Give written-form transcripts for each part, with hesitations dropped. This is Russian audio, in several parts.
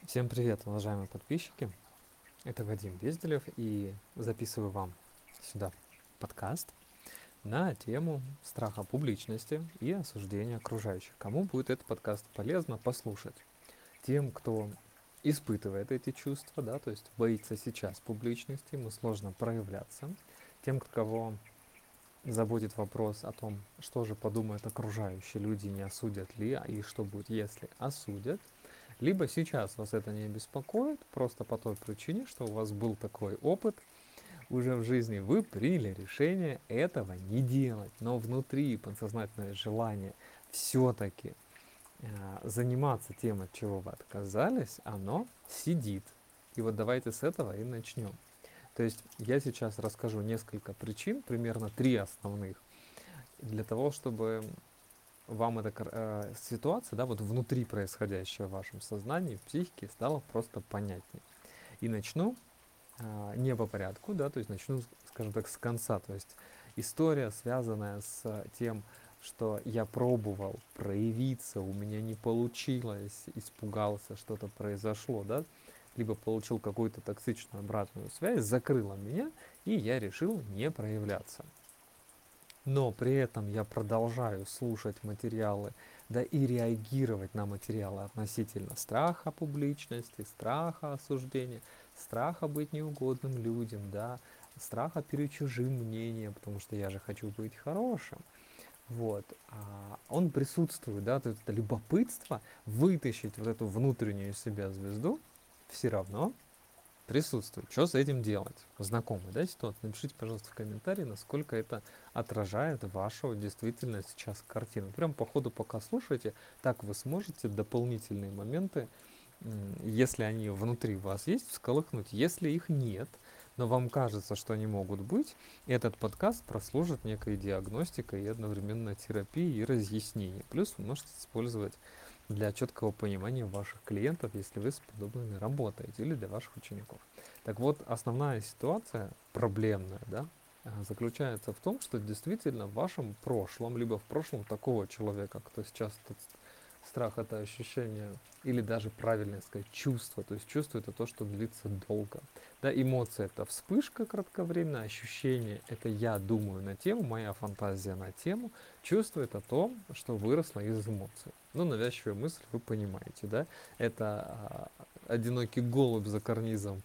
Всем привет, уважаемые подписчики. Это Вадим Безделев, и записываю вам сюда подкаст на тему страха публичности и осуждения окружающих. Кому будет этот подкаст полезно послушать? Тем, кто испытывает эти чувства, да, то есть боится сейчас публичности, ему сложно проявляться. Тем, кого заботит вопрос о том, что же подумают окружающие люди, не осудят ли, и что будет, если осудят. Либо сейчас вас это не беспокоит, просто по той причине, что у вас был такой опыт уже в жизни, вы приняли решение этого не делать, но внутри подсознательное желание все-таки заниматься тем, от чего вы отказались, оно сидит. И вот давайте с этого и начнем. То есть я сейчас расскажу несколько причин, примерно 3 основных, для того, чтобы вам эта ситуация, да, вот внутри происходящая в вашем сознании, в психике, стала просто понятнее. И начну не по порядку, да, то есть начну, скажем так, с конца. То есть история, связанная с тем, что я пробовал проявиться, у меня не получилось, испугался, что-то произошло, да, либо получил какую-то токсичную обратную связь, закрыла меня, и я решил не проявляться. Но при этом я продолжаю слушать материалы, да и реагировать на материалы относительно страха публичности, страха осуждения, страха быть неугодным людям, да, страха перед чужим мнением, потому что я же хочу быть хорошим. Вот. Он присутствует, да, то есть это любопытство вытащить вот эту внутреннюю себя звезду все равно присутствует. Что с этим делать? Знакомый, да, ситуация? Напишите, пожалуйста, в комментарии, насколько это отражает вашу действительно сейчас картину. Прям по ходу, пока слушаете, так вы сможете дополнительные моменты, если они внутри вас есть, всколыхнуть. Если их нет, но вам кажется, что они могут быть, этот подкаст прослужит некой диагностикой и одновременно терапией и разъяснением. Плюс вы можете использовать для четкого понимания ваших клиентов, если вы с подобными работаете, или для ваших учеников. Так вот, основная ситуация, проблемная, да, заключается в том, что действительно в вашем прошлом, либо в прошлом такого человека, кто сейчас этот страх — это ощущение, или даже правильно сказать, чувство. То есть чувство — это то, что длится долго. Да, эмоция — это вспышка кратковременная, ощущение — это я думаю на тему, моя фантазия на тему, чувство — это то, что выросло из эмоций. Ну, навязчивая мысль, вы понимаете, да? Это одинокий голубь за карнизом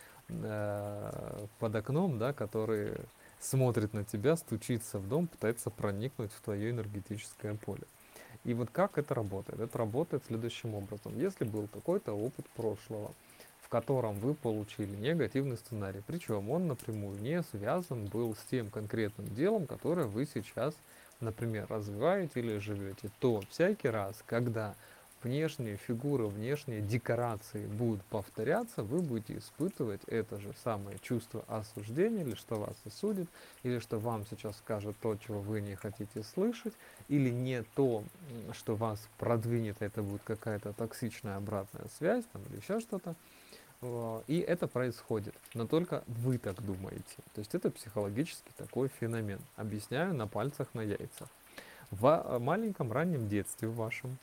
под окном, да, который смотрит на тебя, стучится в дом, пытается проникнуть в твое энергетическое поле. И вот как это работает? Это работает следующим образом. Если был какой-то опыт прошлого, в котором вы получили негативный сценарий, причем он напрямую не связан был с тем конкретным делом, которое вы сейчас, например, развиваете или живете, то всякий раз, когда внешние фигуры, внешние декорации будут повторяться, вы будете испытывать это же самое чувство осуждения, или что вас осудит, или что вам сейчас скажут то, чего вы не хотите слышать, или не то, что вас продвинет, это будет какая-то токсичная обратная связь, там, или еще что-то. И это происходит, но только вы так думаете. То есть это психологический такой феномен. Объясняю на пальцах, на яйцах. В маленьком раннем детстве вашем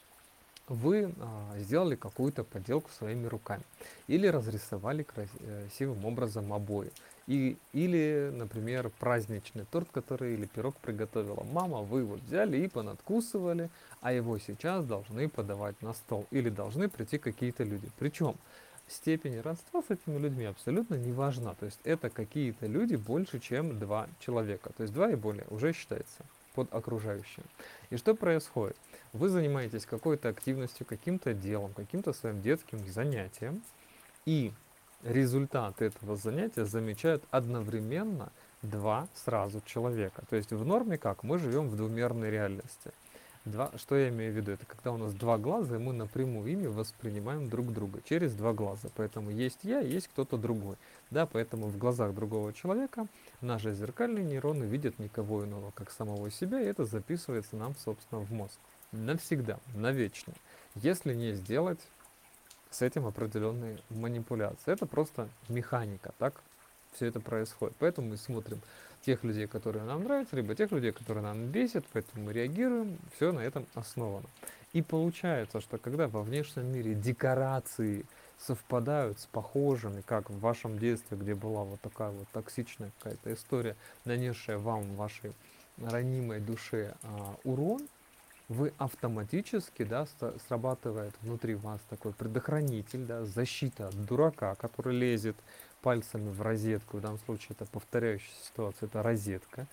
вы сделали какую-то поделку своими руками или разрисовали красивым образом обои. Или, например, праздничный торт, который или пирог приготовила мама, вы вот взяли и понадкусывали, а его сейчас должны подавать на стол или должны прийти какие-то люди. Причем степень родства с этими людьми абсолютно не важна. То есть это какие-то люди больше, чем два человека. То есть два и более уже считается под окружающим. И что происходит? Вы занимаетесь какой-то активностью, каким-то делом, каким-то своим детским занятием, и результат этого занятия замечают одновременно два сразу человека. То есть в норме как? Мы живем в двумерной реальности. Что я имею в виду? Это когда у нас два глаза, и мы напрямую ими воспринимаем друг друга через два глаза. Поэтому есть я, есть кто-то другой. Да, поэтому в глазах другого человека наши зеркальные нейроны видят никого иного, как самого себя, и это записывается нам, собственно, в мозг. Навсегда, навечно. Если не сделать с этим определенные манипуляции. Это просто механика, так все это происходит. Поэтому мы смотрим тех людей, которые нам нравятся, либо тех людей, которые нам бесят, поэтому мы реагируем, все на этом основано. И получается, что когда во внешнем мире декорации совпадают с похожими, как в вашем детстве, где была вот такая вот токсичная какая-то история, нанесшая вам, вашей ранимой душе урон, вы автоматически, да, срабатывает внутри вас такой предохранитель, да, защита от дурака, который лезет пальцами в розетку. В данном случае это повторяющая ситуация, это розетка.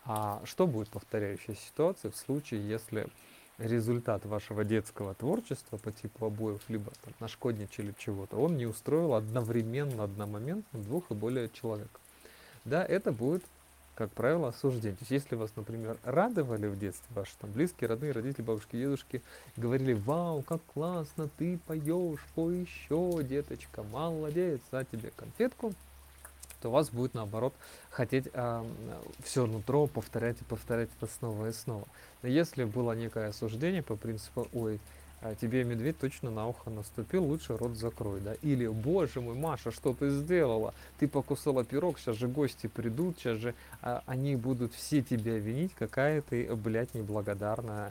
А что будет повторяющая ситуация в случае, если результат вашего детского творчества по типу обоев, либо там, нашкодничали чего-то, он не устроил одновременно, одномоментно двух и более человек? Да, это будет, как правило, осуждение. То есть, если вас, например, радовали в детстве, ваши там близкие, родные, родители, бабушки, дедушки, говорили: вау, как классно, ты поешь, пой еще, деточка, молодец, за тебе конфетку, то у вас будет, наоборот, хотеть все нутро повторять и повторять это снова и снова. Но если было некое осуждение по принципу: ой, тебе медведь точно на ухо наступил, лучше рот закрой, да, или: боже мой, Маша, что ты сделала, ты покусала пирог, сейчас же гости придут, сейчас же они будут все тебя винить, какая ты, блядь, неблагодарная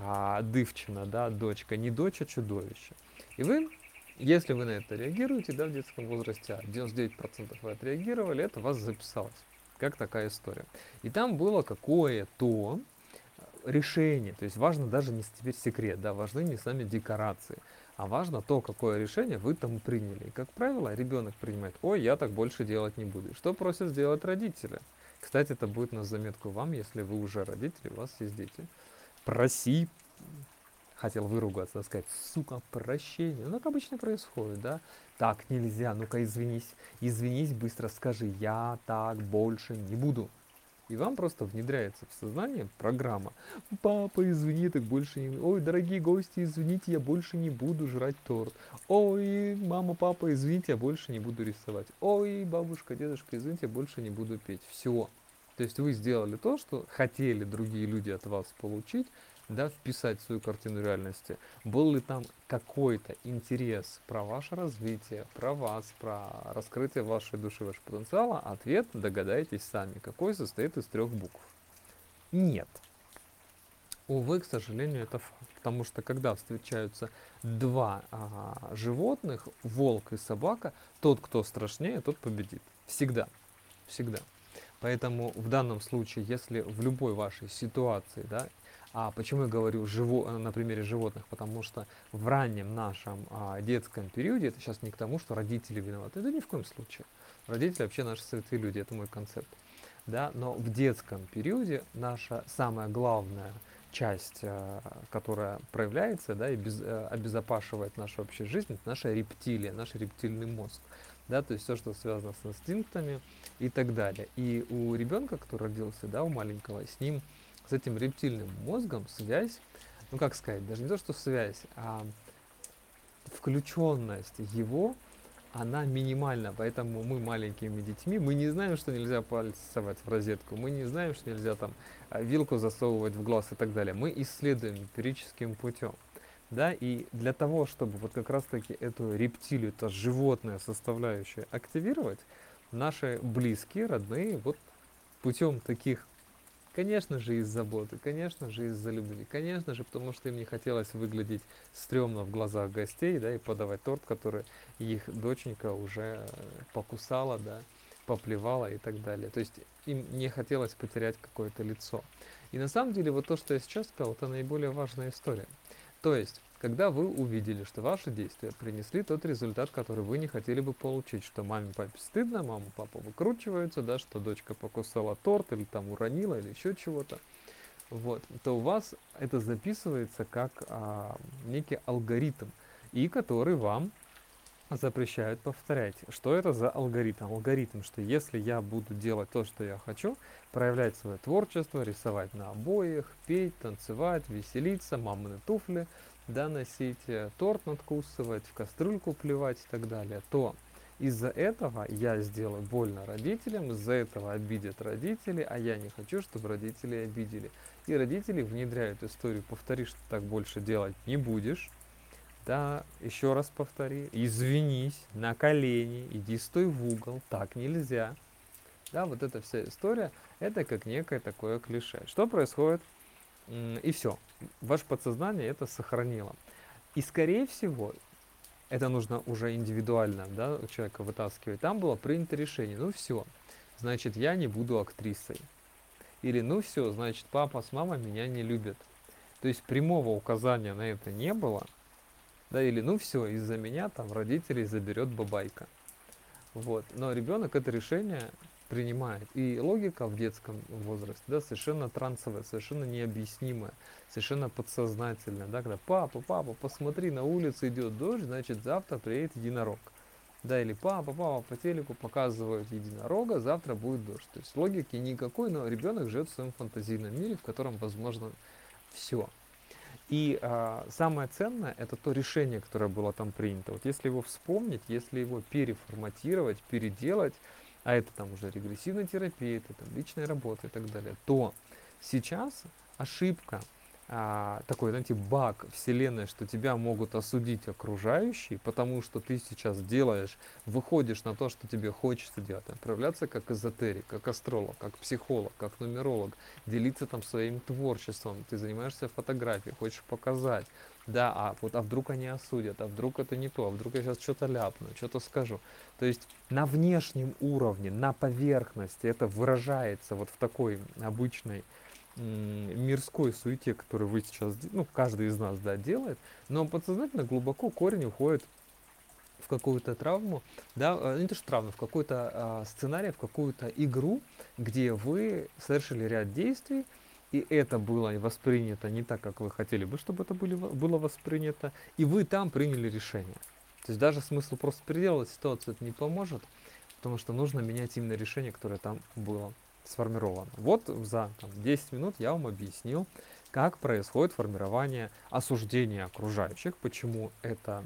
дывчина, да, дочка, не дочь, а чудовище. И вы, если вы на это реагируете, да, в детском возрасте, а 99% вы отреагировали, это у вас записалось, как такая история. И там было какое-то решение, то есть важно даже не теперь секрет, да, важны не сами декорации, а важно то, какое решение вы там приняли. И, как правило, ребенок принимает: ой, я так больше делать не буду. И что просят сделать родители? Кстати, это будет на заметку вам, если вы уже родители, у вас есть дети. Проси, хотел выругаться, сказать: сука, прощения. Ну, как обычно происходит, да? Так нельзя, ну-ка извинись. Извинись, быстро скажи: я так больше не буду. И вам просто внедряется в сознание программа: папа, извини, так больше не... Ой, дорогие гости, извините, я больше не буду жрать торт. Ой, мама, папа, извините, я больше не буду рисовать. Ой, бабушка, дедушка, извините, я больше не буду петь. Все. То есть вы сделали то, что хотели другие люди от вас получить, да, вписать в свою картину реальности. Был ли там какой-то интерес про ваше развитие, про вас, про раскрытие вашей души, вашего потенциала? Ответ догадайтесь сами, какой состоит из 3 букв. Нет. Увы, к сожалению, это факт. Потому что когда встречаются два животных, волк и собака, тот, кто страшнее, тот победит. Всегда. Всегда. Поэтому в данном случае, если в любой вашей ситуации, да, почему я говорю на примере животных, потому что в раннем нашем детском периоде, это сейчас не к тому, что родители виноваты, это ни в коем случае. Родители вообще наши святые люди, это мой концепт. Да, но в детском периоде наша самая главная часть, которая проявляется, да, и обезопашивает нашу вообще жизнь, это наша рептилия, наш рептильный мозг. Да, то есть все, что связано с инстинктами и так далее. И у ребенка, который родился, да, у маленького, с ним, с этим рептильным мозгом связь, ну как сказать, даже не то, что связь, а включенность его, она минимальна, поэтому мы маленькими детьми, мы не знаем, что нельзя палец совать в розетку, мы не знаем, что нельзя там вилку засовывать в глаз и так далее. Мы исследуем эмпирическим путем. Да, и для того, чтобы вот как раз-таки эту рептилию, это животное составляющее активировать, наши близкие, родные, вот путем таких, конечно же, из заботы, конечно же, из-за любви, конечно же, потому что им не хотелось выглядеть стрёмно в глазах гостей, да, и подавать торт, который их доченька уже покусала, да, поплевала и так далее. То есть им не хотелось потерять какое-то лицо. И на самом деле вот то, что я сейчас сказал, это наиболее важная история. То есть, когда вы увидели, что ваши действия принесли тот результат, который вы не хотели бы получить, что маме, папе стыдно, мама, папа выкручиваются, да, что дочка покусала торт или там уронила или еще чего-то, вот, то у вас это записывается как некий алгоритм, и который вам запрещают повторять. Что это за алгоритм? Алгоритм, что если я буду делать то, что я хочу, проявлять свое творчество, рисовать на обоях, петь, танцевать, веселиться, мамины туфли, да, носить, торт надкусывать, в кастрюльку плевать и так далее, то из-за этого я сделаю больно родителям, из-за этого обидят родители, а я не хочу, чтобы родители обидели. И родители внедряют историю: повтори, что так больше делать не будешь. Да, еще раз повтори, извинись, на колени, иди стой в угол, так нельзя. Да, вот эта вся история, это как некое такое клише. Что происходит? И все. ваше подсознание это сохранило. И, скорее всего, это нужно уже индивидуально, да, у человека вытаскивать. Там было принято решение, ну все, значит, я не буду актрисой. Или ну все, значит, папа с мамой меня не любят. То есть прямого указания на это не было, да, или ну все, из-за меня там родителей заберет бабайка. Вот. Но ребенок это решение принимает. И логика в детском возрасте, да, совершенно трансовая, совершенно необъяснимая, совершенно подсознательная, да, когда папа, посмотри, на улице идет дождь, значит завтра приедет единорог. Да, или папа, по телеку показывают единорога, завтра будет дождь. То есть логики никакой, но ребенок живет в своем фантазийном мире, в котором возможно все. И самое ценное это то решение, которое было там принято. Вот если его вспомнить, если его переформатировать, переделать, а это там уже регрессивная терапия, это там личная работа и так далее, то сейчас ошибка, такой, знаете, баг вселенной, что тебя могут осудить окружающие, потому что ты сейчас делаешь, выходишь на то, что тебе хочется делать, проявляться как эзотерик, как астролог, как психолог, как нумеролог, делиться там своим творчеством, ты занимаешься фотографией, хочешь показать, да, а вдруг они осудят, а вдруг это не то, а вдруг я сейчас что-то ляпну, что-то скажу. То есть на внешнем уровне, на поверхности это выражается вот в такой обычной мирской суете, которую вы сейчас, ну, каждый из нас, да, делает, но подсознательно глубоко корень уходит в какую-то травму, да, не то что травму, в какой-то сценарий, в какую-то игру, где вы совершили ряд действий, и это было воспринято не так, как вы хотели бы, чтобы это было воспринято, и вы там приняли решение. То есть даже смысл просто переделать ситуацию это не поможет, потому что нужно менять именно решение, которое там было сформировано. Вот за 10 минут я вам объяснил, как происходит формирование осуждения окружающих, почему это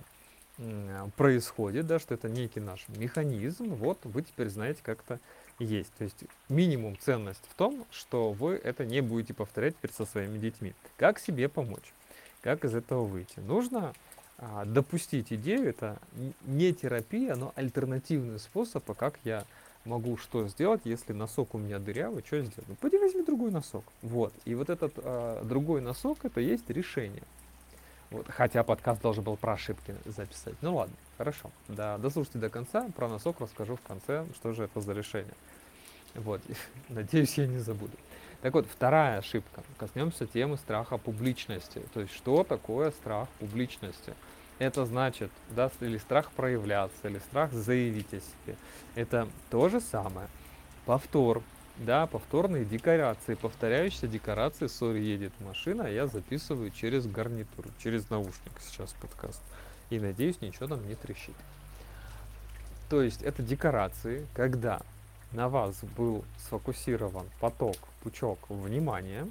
происходит, да, что это некий наш механизм, вот вы теперь знаете, как это есть. То есть минимум ценность в том, что вы это не будете повторять перед со своими детьми. Как себе помочь? Как из этого выйти? Нужно допустить идею, это не терапия, но альтернативный способ, как я могу что сделать, если носок у меня дырявый, что сделать? Ну, пойди возьми другой носок. Вот. И вот этот другой носок, это есть решение. Вот, хотя подкаст должен был про ошибки записать. Ну ладно, хорошо. Да, дослушайте до конца, про носок расскажу в конце, что же это за решение. Вот, надеюсь, я не забуду. Так вот, вторая ошибка. Коснемся темы страха публичности. То есть, что такое страх публичности? Это значит, да, или страх проявляться, или страх заявить о себе. Это то же самое. Повтор, да, повторные декорации, повторяющиеся декорации, сори, едет машина, а я записываю через гарнитур, через наушник сейчас подкаст. И надеюсь, ничего там не трещит. То есть это декорации, когда на вас был сфокусирован поток, пучок внимания,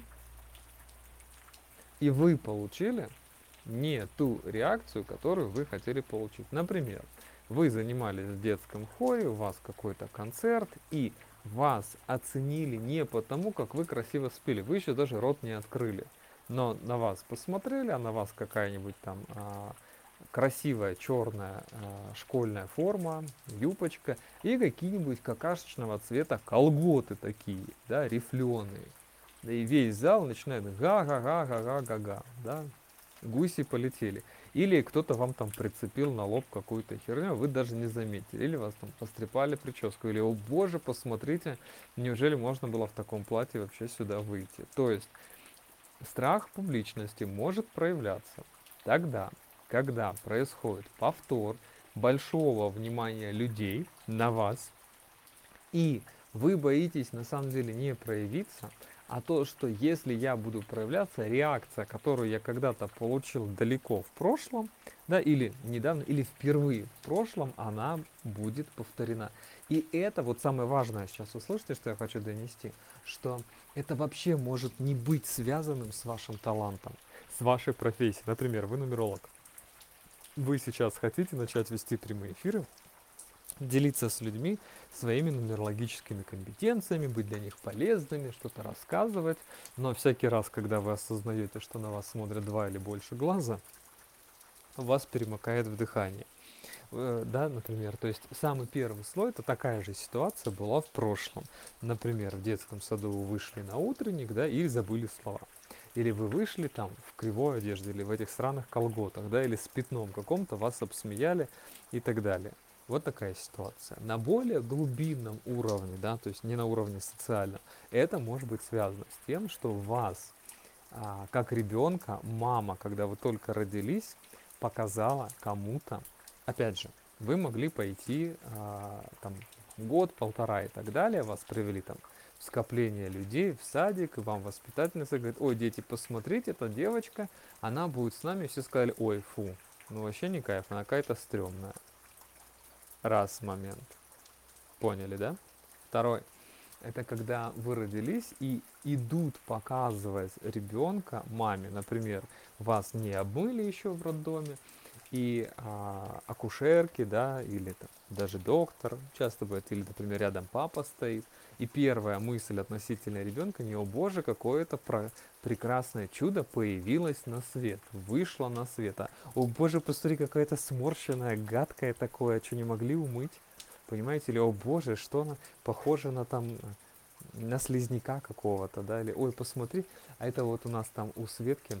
и вы получили не ту реакцию, которую вы хотели получить. Например, вы занимались в детском хоре, у вас какой-то концерт, и вас оценили не потому, как вы красиво спели, вы еще даже рот не открыли, но на вас посмотрели, а на вас какая-нибудь там красивая черная школьная форма, юбочка и какие-нибудь какашечного цвета колготы такие, да, рифленые. И весь зал начинает га-га-га-га-га-га-га, да, гуси полетели. Или кто-то вам там прицепил на лоб какую-то херню, вы даже не заметили. Или вас там пострепали прическу. Или, о боже, посмотрите, неужели можно было в таком платье вообще сюда выйти. То есть страх публичности может проявляться тогда, когда происходит повтор большого внимания людей на вас, и вы боитесь на самом деле не проявиться, а то, что если я буду проявляться, реакция, которую я когда-то получил далеко в прошлом, да, или недавно, или впервые в прошлом, она будет повторена. И это вот самое важное сейчас услышите, что я хочу донести, что это вообще может не быть связанным с вашим талантом, с вашей профессией. Например, вы нумеролог. Вы сейчас хотите начать вести прямые эфиры, делиться с людьми своими нумерологическими компетенциями, быть для них полезными, что-то рассказывать. Но всякий раз, когда вы осознаете, что на вас смотрят два или больше глаза, вас перемыкает в дыхание. Да, например, то есть самый первый слой, это такая же ситуация была в прошлом. Например, в детском саду вы вышли на утренник, да, и забыли слова. или вы вышли там в кривой одежде, или в этих странных колготах, да, или с пятном каком-то, вас обсмеяли и так далее. Вот такая ситуация. На более глубинном уровне, да, то есть не на уровне социальном, это может быть связано с тем, что вас, как ребенка, мама, когда вы только родились, показала кому-то, опять же, вы могли пойти там год, полтора и так далее, вас привели там в скопление людей, в садик, и вам воспитательница говорит: ой, дети, посмотрите, эта девочка, она будет с нами, и все сказали: ой, фу, ну вообще не кайф, она какая-то стрёмная. Раз момент. Поняли, да? Второй. Это когда вы родились и идут показывать ребенка маме, например, вас не обмыли еще в роддоме, и акушерки, да, или там, даже доктор, часто бывает, или, например, рядом папа стоит, и первая мысль относительно ребенка не: о боже, какое-то прекрасное чудо появилось на свет, вышло на свет, о боже, посмотри, какая-то сморщенная, гадкая такое, что не могли умыть, понимаете, или о боже, что она похожа на там на слизняка какого-то, да, или ой, посмотри, а это вот у нас там у Светки,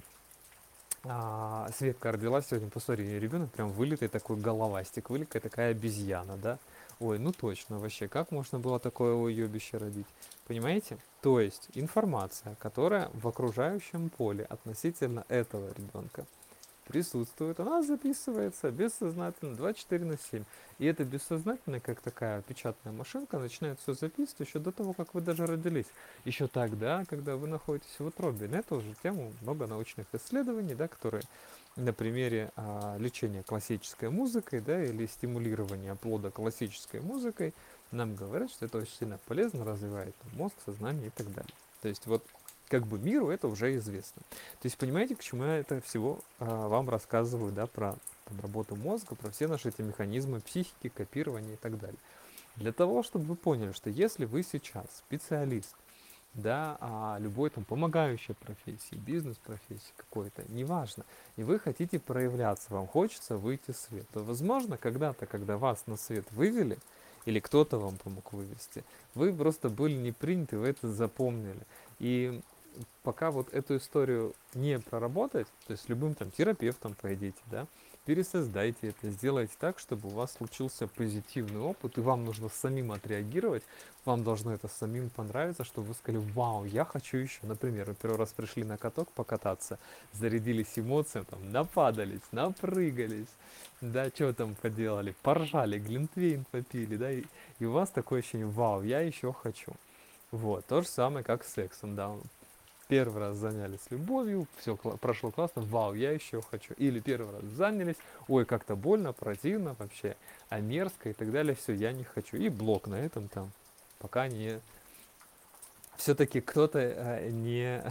Светка родилась сегодня, посмотри, её ребенок прям вылитый такой головастик, вылитая такая обезьяна, да, ой, ну точно, вообще, как можно было такое уебище родить, понимаете? То есть информация, которая в окружающем поле относительно этого ребенка присутствует, она записывается бессознательно 24/7. И это бессознательно, как такая печатная машинка, начинает все записывать еще до того, как вы даже родились. Еще тогда, когда вы находитесь в утробе. На эту же тему много научных исследований, да, которые на примере лечения классической музыкой, да, или стимулирования плода классической музыкой нам говорят, что это очень сильно полезно, развивает мозг, сознание и так далее. То есть вот как бы миру это уже известно. То есть понимаете, к чему я это всего вам рассказываю, да, про там, работу мозга, про все наши эти механизмы психики, копирования и так далее. Для того, чтобы вы поняли, что если вы сейчас специалист, да, любой там помогающей профессии, бизнес-профессии какой-то, неважно, и вы хотите проявляться, вам хочется выйти в свет, то, возможно, когда-то, когда вас на свет вывели, или кто-то вам помог вывести, вы просто были не приняты, вы это запомнили. И пока вот эту историю не проработать, то есть любым там терапевтом пойдите, да, пересоздайте это, сделайте так, чтобы у вас случился позитивный опыт, и вам нужно самим отреагировать, вам должно это самим понравиться, чтобы вы сказали: вау, я хочу еще. Например, вы первый раз пришли на каток покататься, зарядились эмоциями, там, нападались, напрыгались, да, что там поделали, поржали, глинтвейн попили, да, и у вас такое ощущение: вау, я еще хочу. Вот, то же самое, как с сексом, да, первый раз занялись любовью, все прошло классно, вау, я еще хочу. Или первый раз занялись, ой, как-то больно, противно вообще, а мерзко и так далее, все, я не хочу. И блок на этом там, пока не... Все-таки кто-то не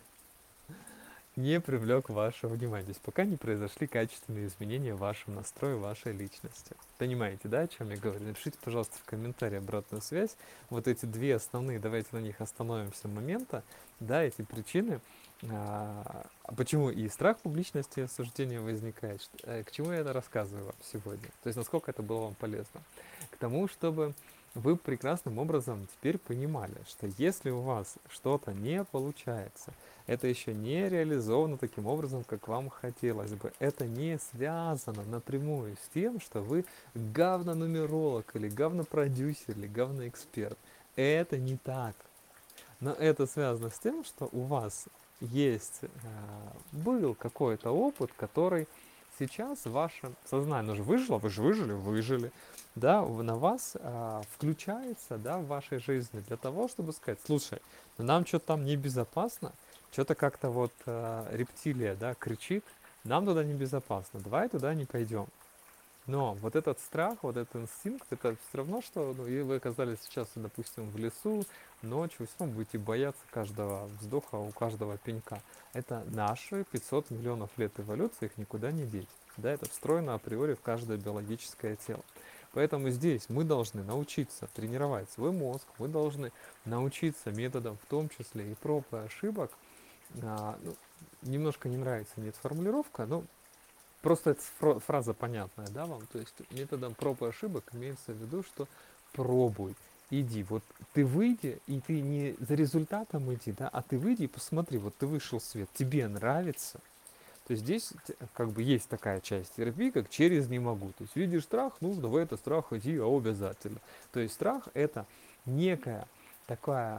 не привлек ваше внимание. То есть пока не произошли качественные изменения в вашем настрое, вашей личности. Понимаете, да, о чем я говорю? Напишите, пожалуйста, в комментарии обратную связь. Вот эти две основные, давайте на них остановимся, момента, да, эти причины, почему и страх публичности и осуждения возникает. К чему я это рассказываю вам сегодня? То есть насколько это было вам полезно? К тому, чтобы вы прекрасным образом теперь понимали, что если у вас что-то не получается, это еще не реализовано таким образом, как вам хотелось бы. Это не связано напрямую с тем, что вы говнонумеролог или говнопродюсер или говноэксперт. Это не так. Но это связано с тем, что у вас есть, был какой-то опыт, который сейчас ваше сознание, оно же выжило, вы же выжили, да, на вас включается, да, в вашей жизни для того, чтобы сказать: слушай, ну нам что-то там небезопасно, что-то как-то вот рептилия, да, кричит, нам туда небезопасно, давай туда не пойдем. Но вот этот страх, вот этот инстинкт, это все равно, что ну, и вы оказались сейчас, допустим, в лесу, ночью, вы все равно будете бояться каждого вздоха, у каждого пенька. Это наши 500 миллионов лет эволюции, их никуда не деть. Да, это встроено априори в каждое биологическое тело. Поэтому здесь мы должны научиться тренировать свой мозг, мы должны научиться методам, в том числе и проб и ошибок. Ну, немножко не нравится мне эта формулировка, но просто эта фраза понятная, да, вам? То есть методом проб и ошибок имеется в виду, что пробуй. иди. Вот ты выйди, и ты не за результатом иди, да, а ты выйди и посмотри, вот ты вышел в свет, тебе нравится. То есть здесь как бы есть такая часть терапии, как через не могу. То есть видишь страх, нужно в этот страх идти обязательно. То есть страх это некая такая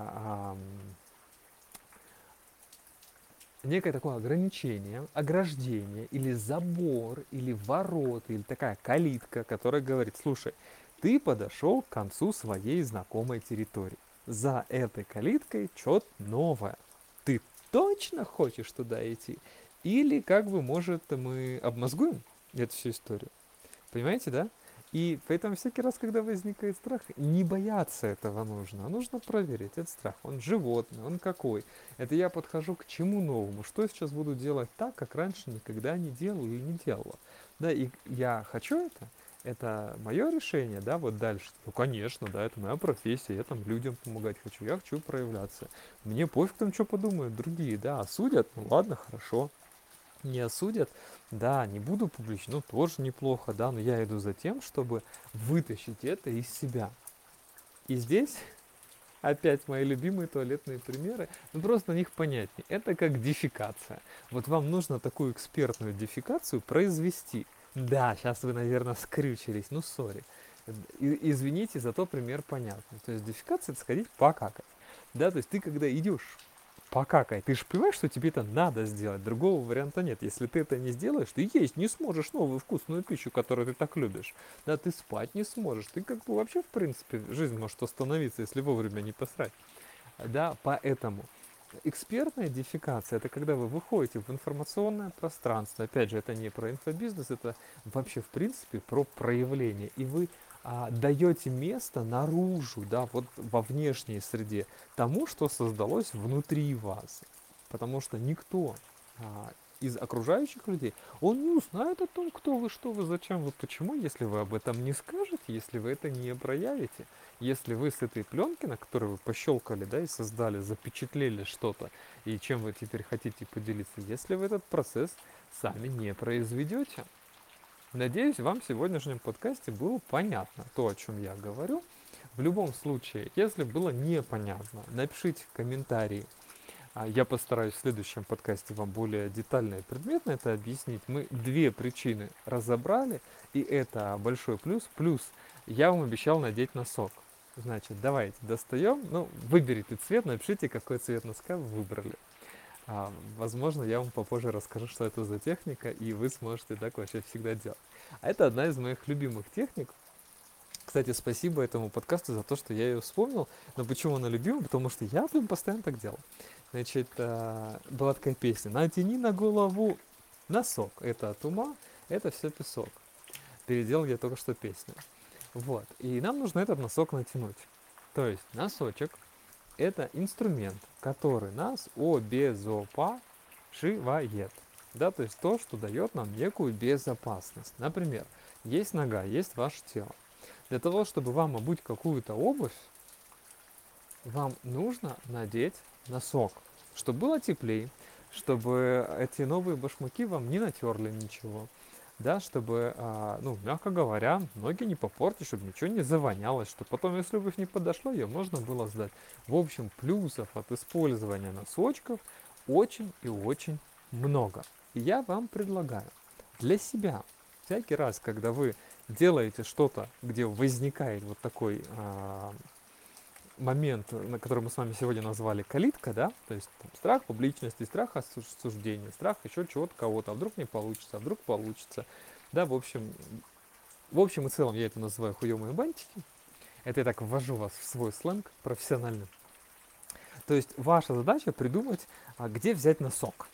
некое такое ограничение, ограждение или забор, или ворота, или такая калитка, которая говорит, слушай, ты подошел к концу своей знакомой территории. За этой калиткой что-то новое. Ты точно хочешь туда идти? Или как бы, может, мы обмозгуем эту всю историю? Понимаете, да? И поэтому всякий раз, когда возникает страх, не бояться этого нужно, а нужно проверить этот страх. Он животный, он какой. Это я подхожу к чему новому, что я сейчас буду делать так, как раньше никогда не делал и не делала. Да, и я хочу это мое решение, да, вот дальше. Ну, конечно, да, это моя профессия, я там людям помогать хочу, я хочу проявляться. Мне пофиг там, что подумают другие, да, осудят, ну ладно, хорошо. Не осудят, да, не буду публично, ну тоже неплохо, да, но я иду за тем, чтобы вытащить это из себя. И здесь опять мои любимые туалетные примеры, ну просто на них понятнее. Это как дефекация. Вот вам нужно такую экспертную дефекацию произвести. Да, сейчас вы, наверное, скрючились, ну сори. Извините, зато пример понятный. То есть дефекация — это сходить покакать. Да, то есть ты когда идешь покакай, ты же понимаешь, что тебе это надо сделать, другого варианта нет. Если ты это не сделаешь, ты есть не сможешь новую вкусную пищу, которую ты так любишь. Да, ты спать не сможешь. Ты как бы вообще, в принципе, жизнь может остановиться, если вовремя не посрать. Да, поэтому экспертная дефекация — это когда вы выходите в информационное пространство. Опять же, это не про инфобизнес, это вообще, в принципе, про проявление. И вы даете место наружу, да, вот во внешней среде, тому, что создалось внутри вас. Потому что никто из окружающих людей, он не узнает о том, кто вы, что вы, зачем вы, почему, если вы об этом не скажете, если вы это не проявите. Если вы с этой пленки, на которой вы пощелкали, да, и создали, запечатлели что-то, и чем вы теперь хотите поделиться, если вы этот процесс сами не произведете. Надеюсь, вам в сегодняшнем подкасте было понятно то, о чем я говорю. В любом случае, если было непонятно, напишите в комментарии. Я постараюсь в следующем подкасте вам более детально и предметно это объяснить. Мы две причины разобрали, и это большой плюс. Плюс я вам обещал надеть носок. Значит, давайте достаем. Ну, выберите цвет, напишите, какой цвет носка вы выбрали. Возможно, я вам попозже расскажу, что это за техника, и вы сможете так вообще всегда делать. А это одна из моих любимых техник. Кстати, спасибо этому подкасту за то, что я ее вспомнил. Но почему она любима? Потому что я прям постоянно так делал. Значит, была такая песня: «Натяни на голову носок». Это от ума, это все песок. Переделал я только что песню. Вот. И нам нужно этот носок натянуть. То есть носочек — это инструмент, который нас обезопашивает. Да, то есть то, что дает нам некую безопасность. Например, есть нога, есть ваше тело. Для того, чтобы вам обуть какую-то обувь, вам нужно надеть носок, чтобы было теплее, чтобы эти новые башмаки вам не натерли ничего, да, чтобы, ну, мягко говоря, ноги не попортить, чтобы ничего не завонялось, чтобы потом, если обувь не подошла, ее можно было сдать. В общем, плюсов от использования носочков очень и очень много. И я вам предлагаю для себя всякий раз, когда вы делаете что-то, где возникает вот такой момент, на который мы с вами сегодня назвали калитка, да, то есть там, страх публичности, страх осуждения, страх еще чего-то кого-то, а вдруг не получится, а вдруг получится, да, в общем и целом я это называю хуёмые бантики, это я так ввожу вас в свой сленг профессиональный. То есть ваша задача придумать, где взять носок,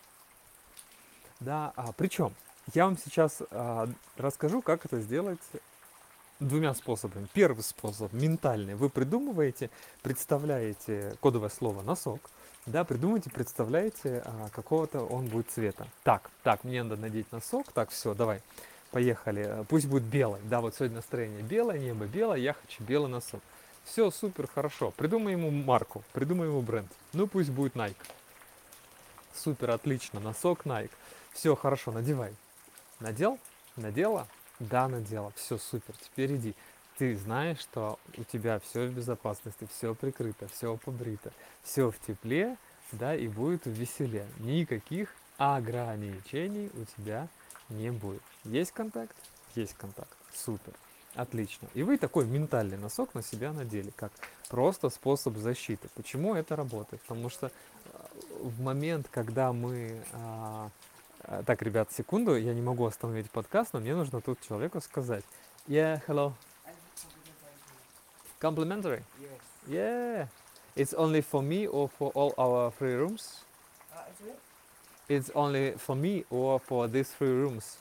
да, причем я вам сейчас расскажу, как это сделать двумя способами. Первый способ ментальный. Вы придумываете, представляете кодовое слово носок, да, придумайте, представляете, какого-то он будет цвета. Так, мне надо надеть носок, так, все, давай, поехали, пусть будет белый, да, вот сегодня настроение белое, небо белое, я хочу белый носок. Все, супер, хорошо, придумай ему марку, придумай ему бренд, ну пусть будет Nike. Супер, отлично, носок Nike. Все, хорошо, надевай. Надел? Надела? Да, надела. Все, супер. Теперь иди. Ты знаешь, что у тебя все в безопасности, все прикрыто, все побрито, все в тепле, да, и будет в веселе. Никаких ограничений у тебя не будет. Есть контакт? Есть контакт. Супер. Отлично. И вы такой ментальный носок на себя надели, как просто способ защиты. Почему это работает? Потому что в момент, когда мы... так, ребят, секунду, я не могу остановить подкаст, но мне нужно тут человеку сказать. Yeah, hello. Complimentary? Yes. Yeah. It's only for me or for all our free rooms? Actually, It's only for me or for these free rooms?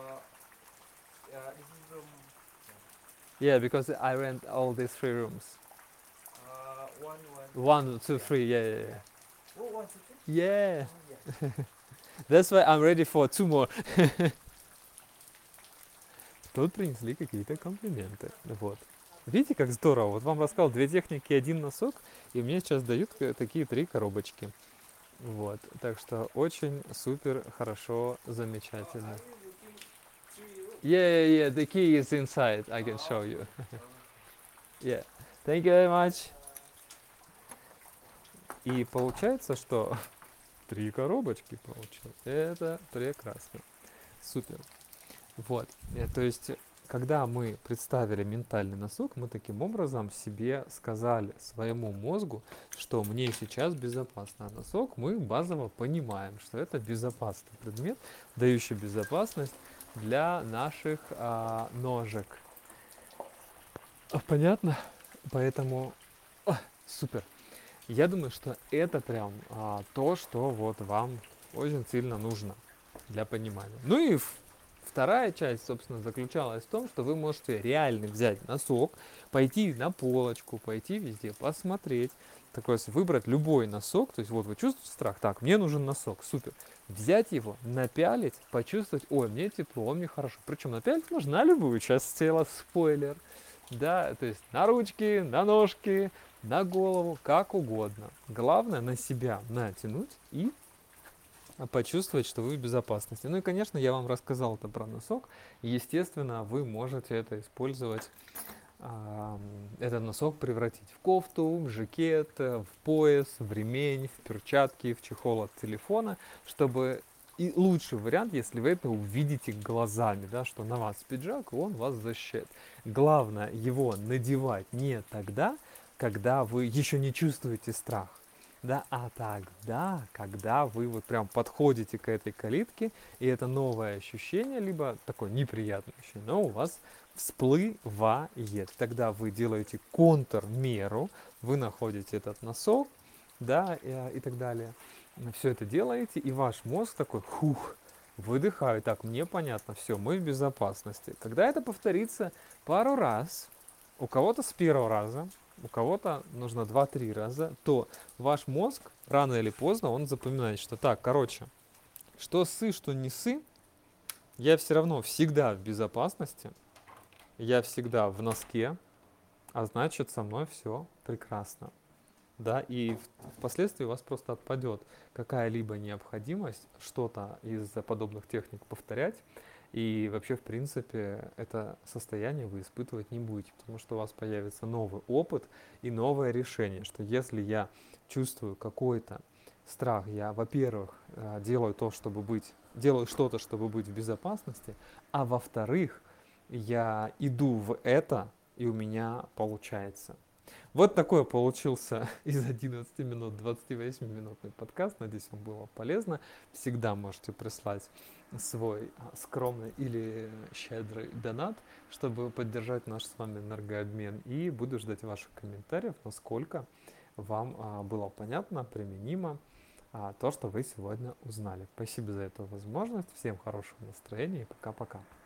this is room Yeah, because I rent all these free rooms. one, One, two, yeah. three, yeah, yeah, Yeah. yeah. Oh, one, two, three. Yeah. Oh, yeah. That's why I'm ready for two more. Тут принесли какие-то комплименты. Вот. Видите, как здорово? Вот вам рассказал две техники, один носок, и мне сейчас дают такие 3 коробочки. Вот. Так что очень супер, хорошо, замечательно. Are you looking to you? Yeah, yeah, yeah. The key is inside. I can show you. Yeah. Thank you very much. И получается, что 3 коробочки получил. Это прекрасно. Супер. Вот. То есть, когда мы представили ментальный носок, мы таким образом себе сказали своему мозгу, что мне сейчас безопасно. А носок мы базово понимаем, что это безопасный предмет, дающий безопасность для наших ножек. Понятно? Поэтому супер. Я думаю, что это прям то, что вот вам очень сильно нужно для понимания. Ну и вторая часть, собственно, заключалась в том, что вы можете реально взять носок, пойти на полочку, пойти везде, посмотреть, такой, выбрать любой носок, то есть вот вы чувствуете страх, так, мне нужен носок, супер, взять его, напялить, почувствовать, ой, мне тепло, мне хорошо, причем напялить можно на любую часть тела, спойлер, да, то есть на ручки, на ножки, на голову, как угодно. Главное на себя натянуть и почувствовать, что вы в безопасности. Ну и, конечно, я вам рассказал это про носок. Естественно, вы можете это использовать, этот носок превратить в кофту, в жакет, в пояс, в ремень, в перчатки, в чехол от телефона, чтобы и лучший вариант, если вы это увидите глазами, да, что на вас пиджак, и он вас защищает. Главное его надевать не тогда, когда вы еще не чувствуете страх, да, а тогда, когда вы вот прям подходите к этой калитке, и это новое ощущение, либо такое неприятное ощущение, но у вас всплывает. Тогда вы делаете контрмеру, вы находите этот носок, да, и так далее. Все это делаете, и ваш мозг такой, хух, выдыхает, так, мне понятно, все, мы в безопасности. Когда это повторится пару раз, у кого-то с первого раза, у кого-то нужно 2-3 раза, то ваш мозг рано или поздно, он запоминает, что так, короче, что ссы, что не ссы, я все равно всегда в безопасности, я всегда в носке, а значит со мной все прекрасно. Да, и впоследствии у вас просто отпадет какая-либо необходимость что-то из подобных техник повторять, и вообще, в принципе, это состояние вы испытывать не будете, потому что у вас появится новый опыт и новое решение, что если я чувствую какой-то страх, я, во-первых, делаю что-то, чтобы быть в безопасности, а во-вторых, я иду в это, и у меня получается. Вот такой получился из 11 минут 28-минутный подкаст. Надеюсь, вам было полезно. Всегда можете прислать свой скромный или щедрый донат, чтобы поддержать наш с вами энергообмен. И буду ждать ваших комментариев, насколько вам было понятно, применимо то, что вы сегодня узнали. Спасибо за эту возможность. Всем хорошего настроения и пока-пока.